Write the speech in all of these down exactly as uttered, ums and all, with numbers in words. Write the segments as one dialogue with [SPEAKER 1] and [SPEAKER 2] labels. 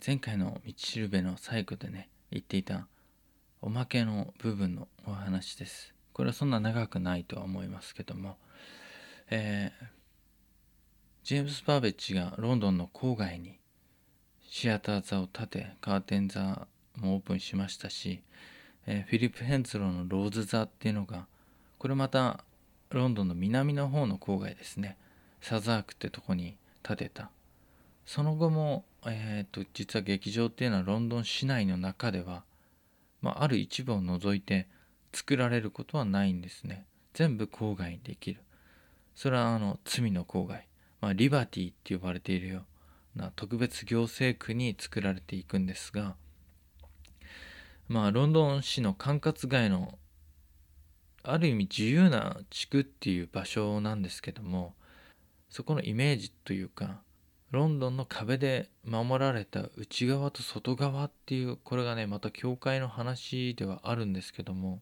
[SPEAKER 1] ー前回の道しるべの最後でね言っていたおまけの部分のお話です。これはそんな長くないとは思いますけども、えージェームス・バーベッジがロンドンの郊外にシアター座を建て、カーテン座もオープンしましたし、えーフィリップ・ヘンツローのローズ座っていうのが、これまたロンドンの南の方の郊外ですね、サザークってとこに建てた。その後も、えーと実は劇場っていうのはロンドン市内の中では、まあ、ある一部を除いて作られることはないんですね。全部郊外にできる。それはあの罪の郊外、まあ、リバティって呼ばれているような特別行政区に作られていくんですが、まあロンドン市の管轄外のある意味自由な地区っていう場所なんですけども、そこのイメージというか、ロンドンの壁で守られた内側と外側っていう、これがねまた教会の話ではあるんですけども、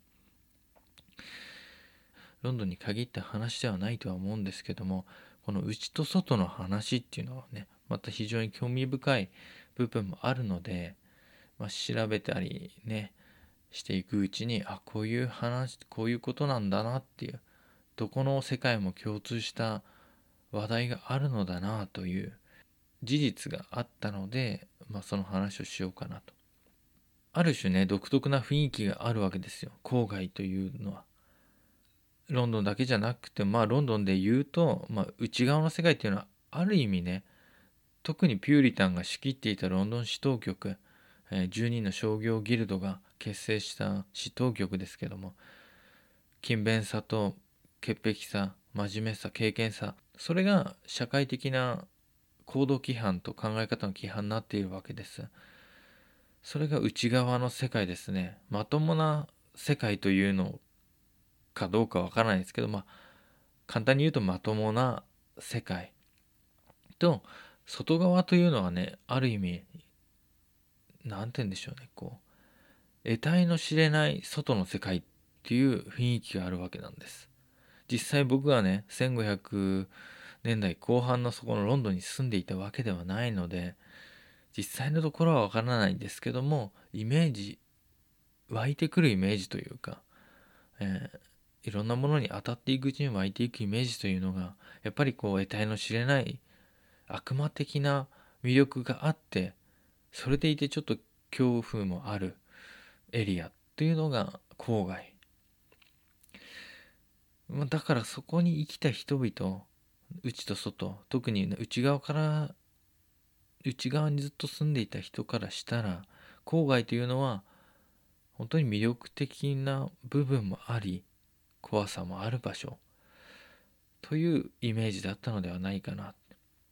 [SPEAKER 1] ロンドンに限った話ではないとは思うんですけども、この内と外の話っていうのはねまた非常に興味深い部分もあるので、まあ、調べたりねしていくうちに、あこういう話こういうことなんだなっていう、どこの世界も共通した話題があるのだなという事実があったので、まあ、その話をしようかなと。ある種ね独特な雰囲気があるわけですよ、郊外というのは。ロンドンだけじゃなくて、まあロンドンで言うと、まあ、内側の世界っていうのはある意味ね、特にピューリタンが仕切っていたロンドン市当局、えーじゅうにんの商業ギルドが結成した市当局ですけども、勤勉さと潔癖さ、真面目さ、経験さ、それが社会的な行動規範と考え方の規範になっているわけです。それが内側の世界ですね。まともな世界というのかどうかわからないですけど、まあ簡単に言うとまともな世界と、外側というのはね、ある意味なんて言うんでしょうね、こう得体の知れない外の世界っていう雰囲気があるわけなんです。実際僕はねせんごひゃくねんだいこう半のそこのロンドンに住んでいたわけではないので、実際のところはわからないんですけども、イメージ湧いてくるイメージというか、えーいろんなものに当たっていくうちに湧いていくイメージというのが、やっぱりこう得体の知れない悪魔的な魅力があって、それでいてちょっと恐怖もあるエリアというのが郊外。まあだからそこに生きた人々、内と外、特に内側から内側にずっと住んでいた人からしたら、郊外というのは本当に魅力的な部分もあり、怖さもある場所というイメージだったのではないかな。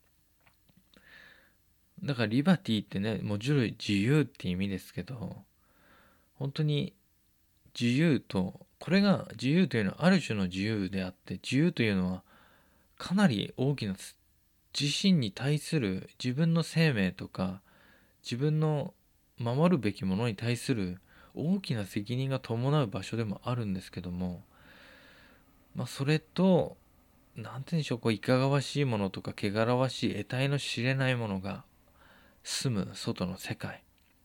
[SPEAKER 1] だからリバティってね、もちろん自由って意味ですけど、本当に自由と、これが自由というのはある種の自由であって、自由というのはかなり大きな、自身に対する自分の生命とか自分の守るべきものに対する大きな責任が伴う場所でもあるんですけども、まあそれとなんて言うんでしょう、こういかがわしいものとか汚らわしい得体の知れないものが住む外の世界、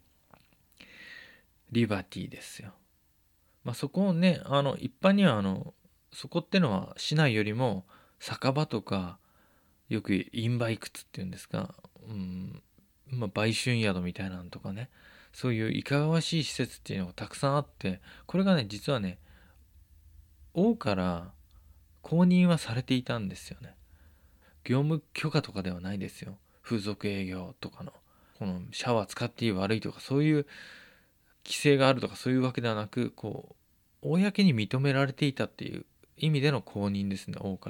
[SPEAKER 1] リバティですよ。まあそこをね、あの一般にはあのそこってのは市内よりも酒場とか、よくインバイクツっていうんですか、うん、まあ売春宿みたいなのとかね、そういういかがわしい施設っていうのがたくさんあって、これがね実はね王から公認はされていたんですよね。業務許可とかではないですよ。風俗営業とかのこのシャワー使っていい悪いとかそういう規制があるとかそういうわけではなく、こう公に認められていたっていう意味での公認ですね、王から。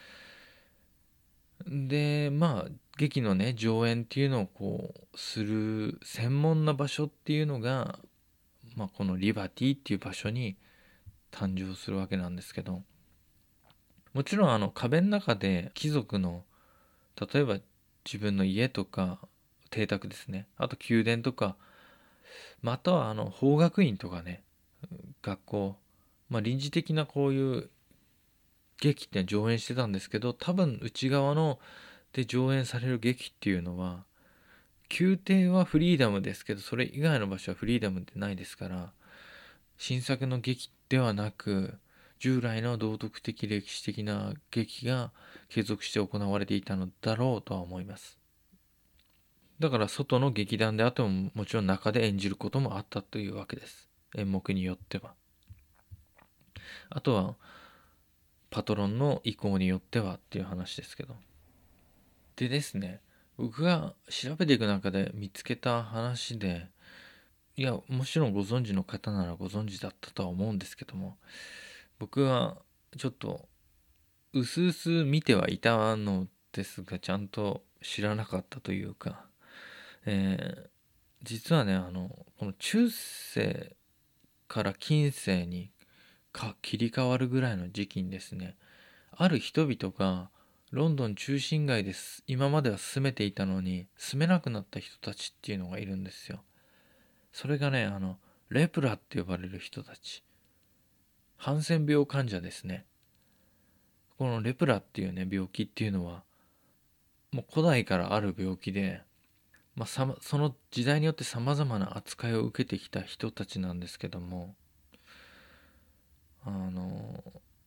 [SPEAKER 1] でまあ劇のね上演っていうのをこうする専門な場所っていうのが、まあ、このリバティっていう場所に誕生するわけなんですけど、もちろんあの壁の中で貴族の、例えば自分の家とか邸宅ですね、あと宮殿とか、またはあの法学院とかね、学校、まあ臨時的なこういう劇って上演してたんですけど、多分内側ので上演される劇っていうのは宮廷はフリーダムですけど、それ以外の場所はフリーダムってないですから、新作の劇ではなく、従来の道徳的歴史的な劇が継続して行われていたのだろうとは思います。だから外の劇団であっても、もちろん中で演じることもあったというわけです。演目によっては。あとはパトロンの意向によってはっていう話ですけど。でですね、僕が調べていく中で見つけた話で、いや、もちろんご存知の方ならご存知だったとは思うんですけども、僕はちょっとうすうす見てはいたのですが、ちゃんと知らなかったというか、えー実はね、あの、この中世から近世にか切り替わるぐらいの時期にですね、ある人々がロンドン中心街です今までは住めていたのに住めなくなった人たちっていうのがいるんですよ。それがね、あのレプラって呼ばれる人たち、ハンセン病患者ですね。このレプラっていうね病気っていうのはもう古代からある病気で、まあ、さその時代によってさまざまな扱いを受けてきた人たちなんですけども、あの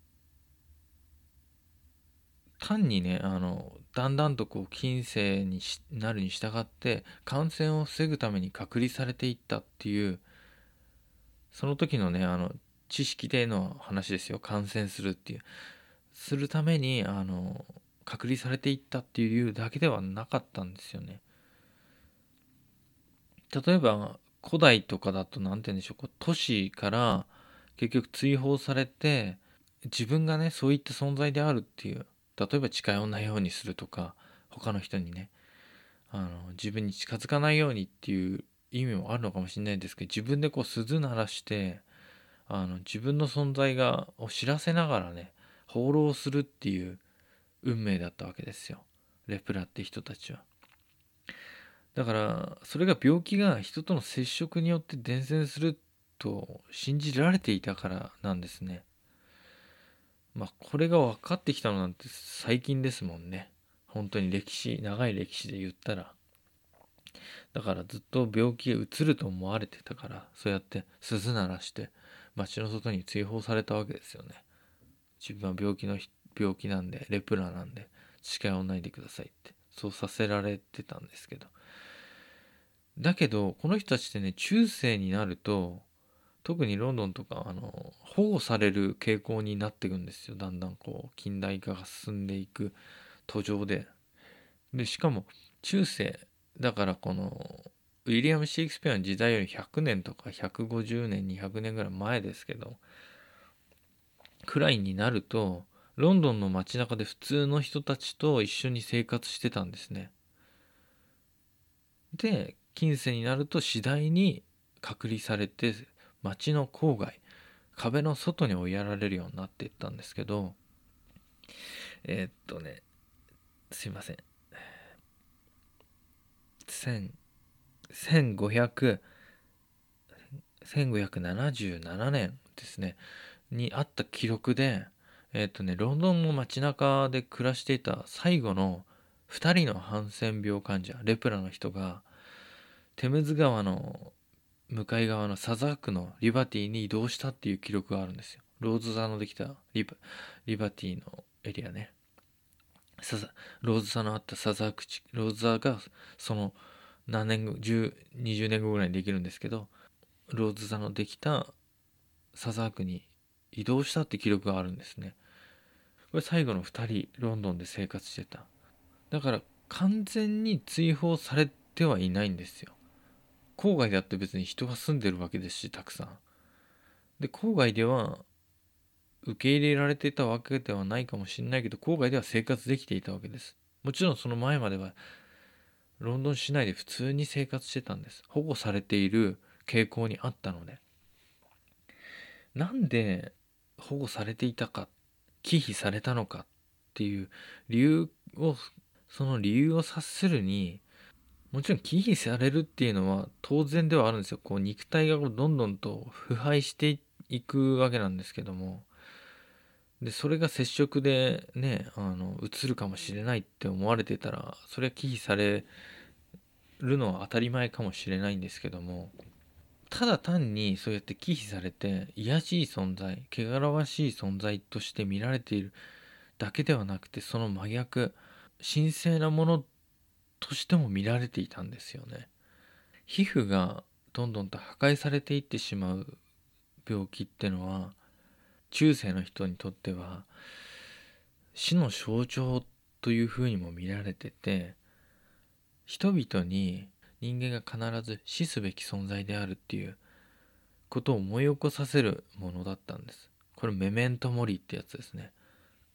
[SPEAKER 1] 単にね、あのだんだんとこう近世になるに従って感染を防ぐために隔離されていったっていう、その時のね、あの知識での話ですよ。感染するっていうするためにあの隔離されていったっていう理由だけではなかったんですよね。例えば古代とかだと何て言うんでしょう、こう都市から結局追放されて、自分がねそういった存在であるっていう、例えば近寄らないようにするとか、他の人にね、あの自分に近づかないようにっていう意味もあるのかもしれないですけど、自分でこう鈴鳴らしてあの自分の存在がを知らせながらね放浪するっていう運命だったわけですよ、レプラって人たちは。だからそれが病気が人との接触によって伝染すると信じられていたからなんですね。まあこれが分かってきたのなんて最近ですもんね。本当に歴史長い歴史で言ったら。だからずっと病気がうつると思われてたから、そうやって鈴鳴らして街の外に追放されたわけですよね。自分は病気の病気なんで、レプラなんで近寄らないでくださいってそうさせられてたんですけど、だけどこの人たちってね、中世になると特にロンドンとかあの保護される傾向になっていくんですよ。だんだんこう近代化が進んでいく途上で。でしかも中世だから、このウィリアム・シェイクスピアの時代よりひゃくねんとかひゃくごじゅうねんにひゃくねんぐらい前ですけど、くらいになるとロンドンの街中で普通の人たちと一緒に生活してたんですね。で近世になると次第に隔離されて街の郊外、壁の外に追いやられるようになっていったんですけど、えーっとねすいません、せんごひゃく せんごひゃくななじゅうななねんですねにあった記録で、えーっとねロンドンの街中で暮らしていた最後のふたりのハンセン病患者レプラの人がテムズ川の向かい側のサザー区のリバティに移動したっていう記録があるんですよ。ローズ座のできたリバリバティのエリアね。サザローズ座のあったサザー区地、ローズ座がその何年後、じゅう、にじゅうねんごぐらいにできるんですけど、ローズ座のできたサザー区に移動したって記録があるんですね。これ最後のふたりロンドンで生活してた。だから完全に追放されてはいないんですよ。郊外だって別に人が住んでるわけですし、たくさん。で郊外では受け入れられていたわけではないかもしれないけど、郊外では生活できていたわけです。もちろんその前まではロンドン市内で普通に生活してたんです。保護されている傾向にあったので。なんで保護されていたか、忌避されたのかっていう理由を、その理由を察するに、もちろん忌避されるっていうのは当然ではあるんですよ。こう肉体がどんどんと腐敗していくわけなんですけども、でそれが接触でね、あの移るかもしれないって思われてたら、それは忌避されるのは当たり前かもしれないんですけども、ただ単にそうやって忌避されて卑しい存在、汚らわしい存在として見られているだけではなくて、その真逆、神聖なものとしても見られていたんですよね。皮膚がどんどんと破壊されていってしまう病気ってのは、中世の人にとっては死の象徴というふうにも見られてて、人々に人間が必ず死すべき存在であるっていうことを思い起こさせるものだったんです。これメメントモリってやつですね。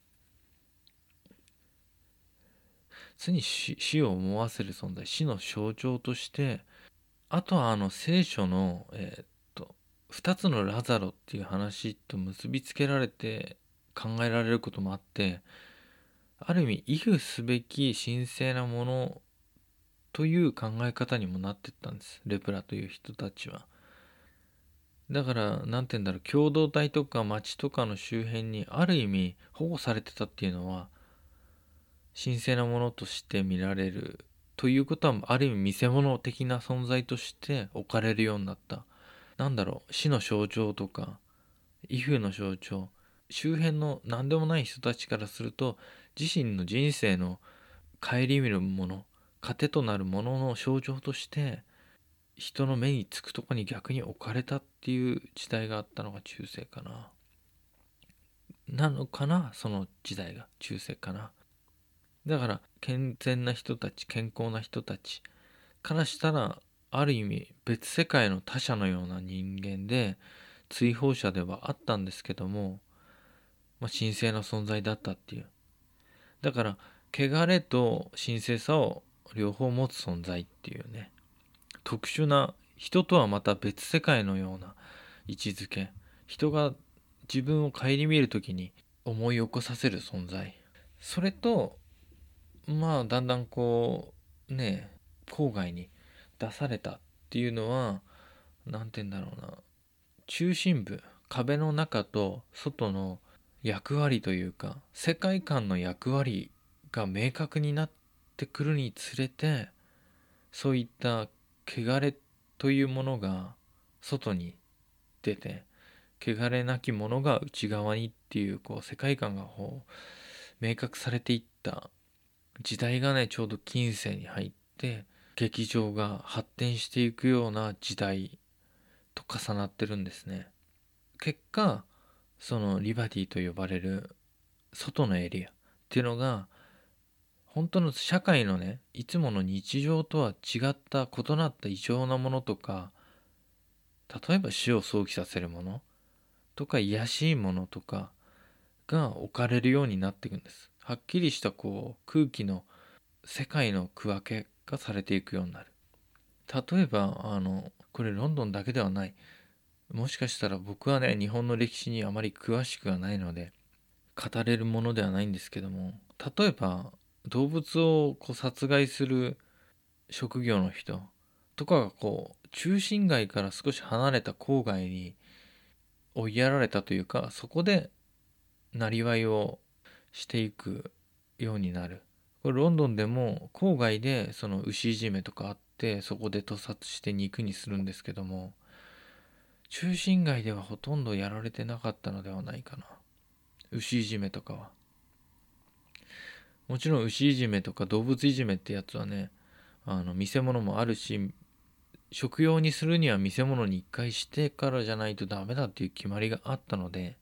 [SPEAKER 1] 常に 死, 死を思わせる存在、死の象徴として、あとはあの聖書の、えーっとふたつのラザロっていう話と結びつけられて考えられることもあって、ある意味畏怖すべき神聖なものという考え方にもなってったんです、レプラという人たちは。だから何て言うんだろう、共同体とか町とかの周辺にある意味保護されてたっていうのは、神聖なものとして見られるということは、ある意味見せ物的な存在として置かれるようになった。なんだろう、死の象徴とか畏怖の象徴、周辺の何でもない人たちからすると、自身の人生の顧みるもの、糧となるものの象徴として人の目につくとこに逆に置かれたっていう時代があったのが中世かな。なのかな、その時代が中世かな。だから健全な人たち、健康な人たちからしたら、ある意味別世界の他者のような人間で、追放者ではあったんですけども、まあ、神聖な存在だったっていう。だから汚れと神聖さを両方持つ存在っていうね、特殊な、人とはまた別世界のような位置づけ、人が自分を顧みるときに思い起こさせる存在、それとまあだんだんこうね、郊外に出されたっていうのは、なんて言うんだろうな、中心部、壁の中と外の役割というか、世界観の役割が明確になってくるにつれて、そういった汚れというものが外に出て、汚れなきものが内側にっていう、こう世界観がこう明確されていった時代がね、ちょうど近世に入って劇場が発展していくような時代と重なってるんですね。結果、そのリバティと呼ばれる外のエリアっていうのが、本当の社会のね、いつもの日常とは違った異なった異常なものとか、例えば死を想起させるものとか卑しいものとかが置かれるようになっていくんです。はっきりしたこう空気の世界の区分けがされていくようになる。例えばあのこれロンドンだけではない、もしかしたら僕はね、日本の歴史にあまり詳しくはないので語れるものではないんですけども、例えば動物をこう殺害する職業の人とかがこう中心街から少し離れた郊外に追いやられたというか、そこでなりわいをしていくようになる。これロンドンでも郊外でその牛いじめとかあって、そこで屠殺して肉にするんですけども、中心街ではほとんどやられてなかったのではないかな、牛いじめとかは。もちろん牛いじめとか動物いじめってやつはね、あの見せ物もあるし、食用にするには見せ物に一回してからじゃないとダメだっていう決まりがあったので、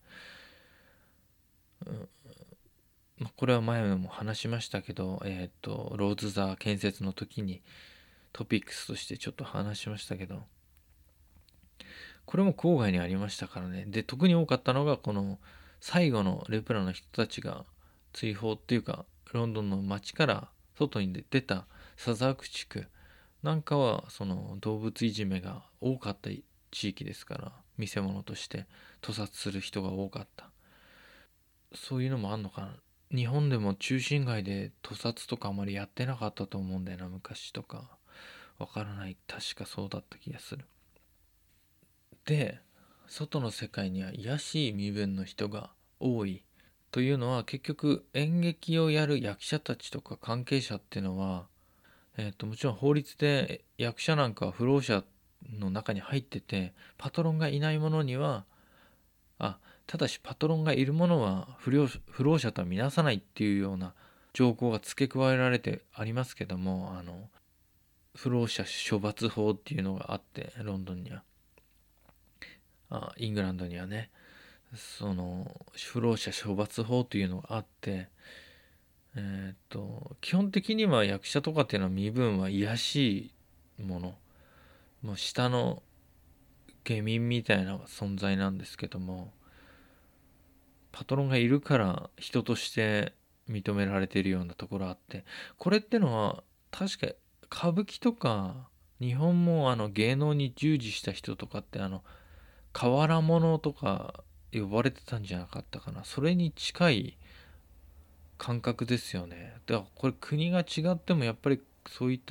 [SPEAKER 1] うんまあ、これは前も話しましたけど、えっとローズ座建設の時にトピックスとしてちょっと話しましたけど、これも郊外にありましたからね。で、特に多かったのがこの最後のレプラの人たちが追放っていうか、ロンドンの街から外に出たサザーク地区なんかは、その動物いじめが多かった地域ですから、見せ物として屠殺する人が多かった。そういうのもあんのかな。日本でも中心街で屠殺とかあまりやってなかったと思うんだよな、昔とか。わからない。確かそうだった気がする。で、外の世界には卑しい身分の人が多いというのは、結局演劇をやる役者たちとか関係者っていうのは、 えーと、もちろん法律で役者なんかは不老者の中に入ってて、パトロンがいないものには、あ、ただしパトロンがいるものは不良不老者とは見なさないっていうような条項が付け加えられてありますけども、あの不老者処罰法っていうのがあって、ロンドンには、あ、イングランドにはね、その不老者処罰法というのがあって、えーっと基本的には役者とかっていうのは身分は卑しいもの、もう下の下民みたいな存在なんですけども、パトロンがいるから人として認められているようなところあって、これってのは確か歌舞伎とか日本もあの芸能に従事した人とかってあの瓦物とか呼ばれてたんじゃなかったかな。それに近い感覚ですよね。だからこれ国が違ってもやっぱりそういった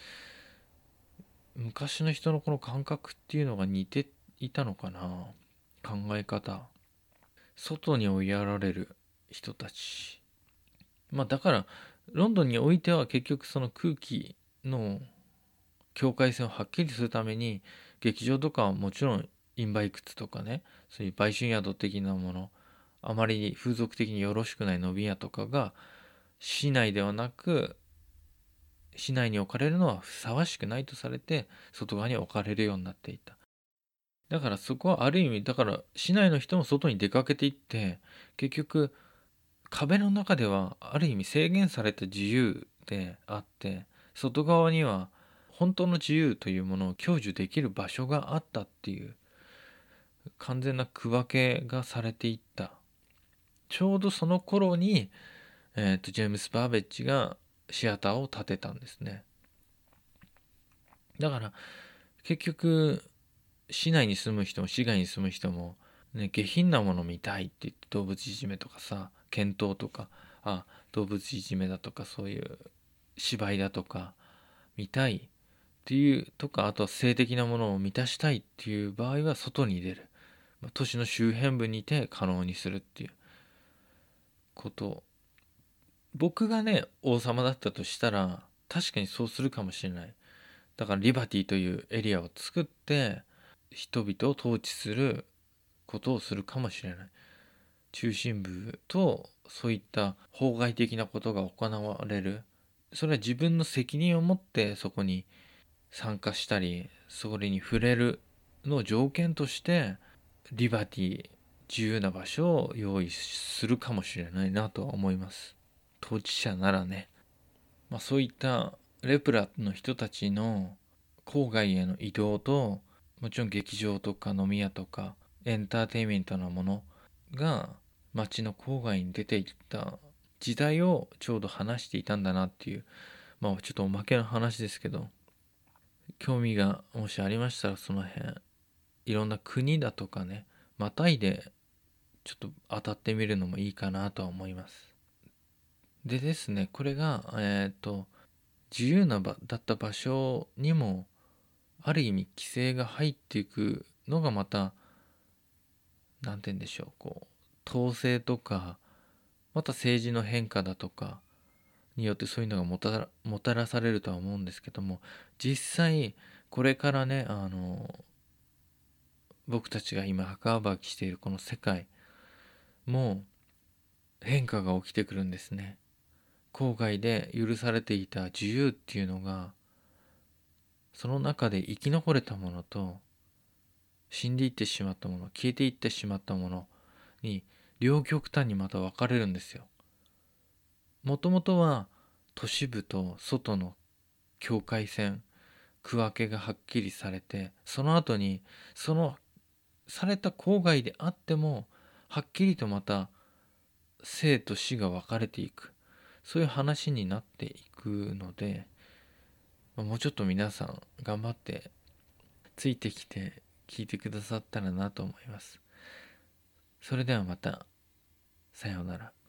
[SPEAKER 1] 昔の人のこの感覚っていうのが似ていたのかな。考え方、外に追いやられる人たち、まあだからロンドンにおいては結局その空気の境界線をはっきりするために劇場とかはもちろんインバイクツとかね、そういう売春宿的なもの、あまり風俗的によろしくない飲み屋とかが市内ではなく市内に置かれるのはふさわしくないとされて外側に置かれるようになっていた。だからそこはある意味、だから市内の人も外に出かけていって結局壁の中ではある意味制限された自由であって、外側には本当の自由というものを享受できる場所があったっていう完全な区分けがされていった。ちょうどその頃に、えーと、ジェームス・バーベッジがシアターを建てたんですね。だから結局市内に住む人も市外に住む人も、ね、下品なもの見たいって言って動物いじめとかさ、検討とか、あ、動物いじめだとかそういう芝居だとか見たいっていうとか、あとは性的なものを満たしたいっていう場合は外に出る、まあ、都市の周辺部にいて可能にするっていうことを、僕がね王様だったとしたら確かにそうするかもしれない。だからリバティというエリアを作って人々を統治することをするかもしれない。中心部とそういった法外的なことが行われる、それは自分の責任を持ってそこに参加したりそれに触れるのを条件としてリバティ、自由な場所を用意するかもしれないなとは思います。当事者ならね、まあ、そういったレプラの人たちの郊外への移動と、もちろん劇場とか飲み屋とかエンターテインメントなものが街の郊外に出ていった時代をちょうど話していたんだなっていう、まあちょっとおまけの話ですけど、興味がもしありましたらその辺いろんな国だとかね、またいでちょっと当たってみるのもいいかなとは思います。でですね、これがえっ、と自由な場だった場所にもある意味規制が入っていくのがまた何て言うんでしょう、こう統制とかまた政治の変化だとかによってそういうのがもたらもたらされるとは思うんですけども、実際これからね、あの僕たちが今墓場きしているこの世界も変化が起きてくるんですね。郊外で許されていた自由っていうのがその中で生き残れたものと死んでいってしまったもの、消えていってしまったものに両極端にまた分かれるんですよ。もともとは都市部と外の境界線、区分けがはっきりされて、その後にそのされた郊外であってもはっきりとまた生と死が分かれていく、そういう話になっていくので、もうちょっと皆さん頑張ってついてきて聞いてくださったらなと思います。それではまた、さようなら。